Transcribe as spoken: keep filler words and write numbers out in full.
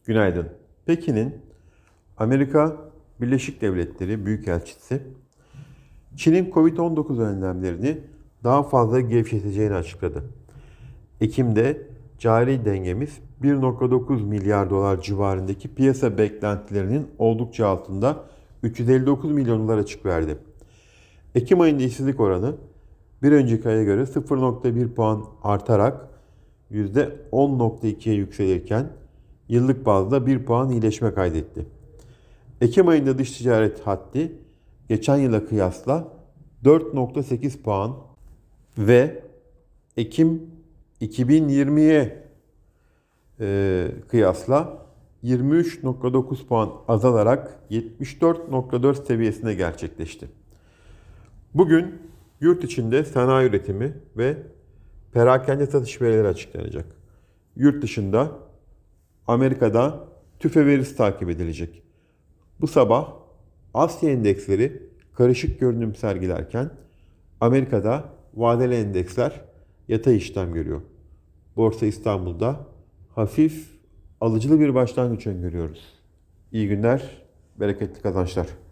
Günaydın. Pekin'in Amerika Birleşik Devletleri Büyükelçisi, Çin'in kovid on dokuz önlemlerini daha fazla gevşeteceğini açıkladı. Ekim'de cari dengemiz bir nokta dokuz milyar dolar civarındaki piyasa beklentilerinin oldukça altında üç yüz elli dokuz milyon dolar açık verdi. Ekim ayında işsizlik oranı bir önceki aya göre sıfır nokta bir puan artarak yüzde on nokta ikiye yükselirken yıllık bazda bir puan iyileşme kaydetti. Ekim ayında dış ticaret haddi geçen yıla kıyasla dört nokta sekiz puan ve Ekim iki bin yirmiye e, kıyasla yirmi üç nokta dokuz puan azalarak yetmiş dört nokta dört seviyesine gerçekleşti. Bugün yurt içinde sanayi üretimi ve perakende satış verileri açıklanacak. Yurt dışında Amerika'da tüfe verisi takip edilecek. Bu sabah Asya endeksleri karışık görünüm sergilerken Amerika'da vadeli endeksler yatay işlem görüyor. Borsa İstanbul'da hafif alıcılı bir başlangıç öngörüyoruz. İyi günler, bereketli kazançlar.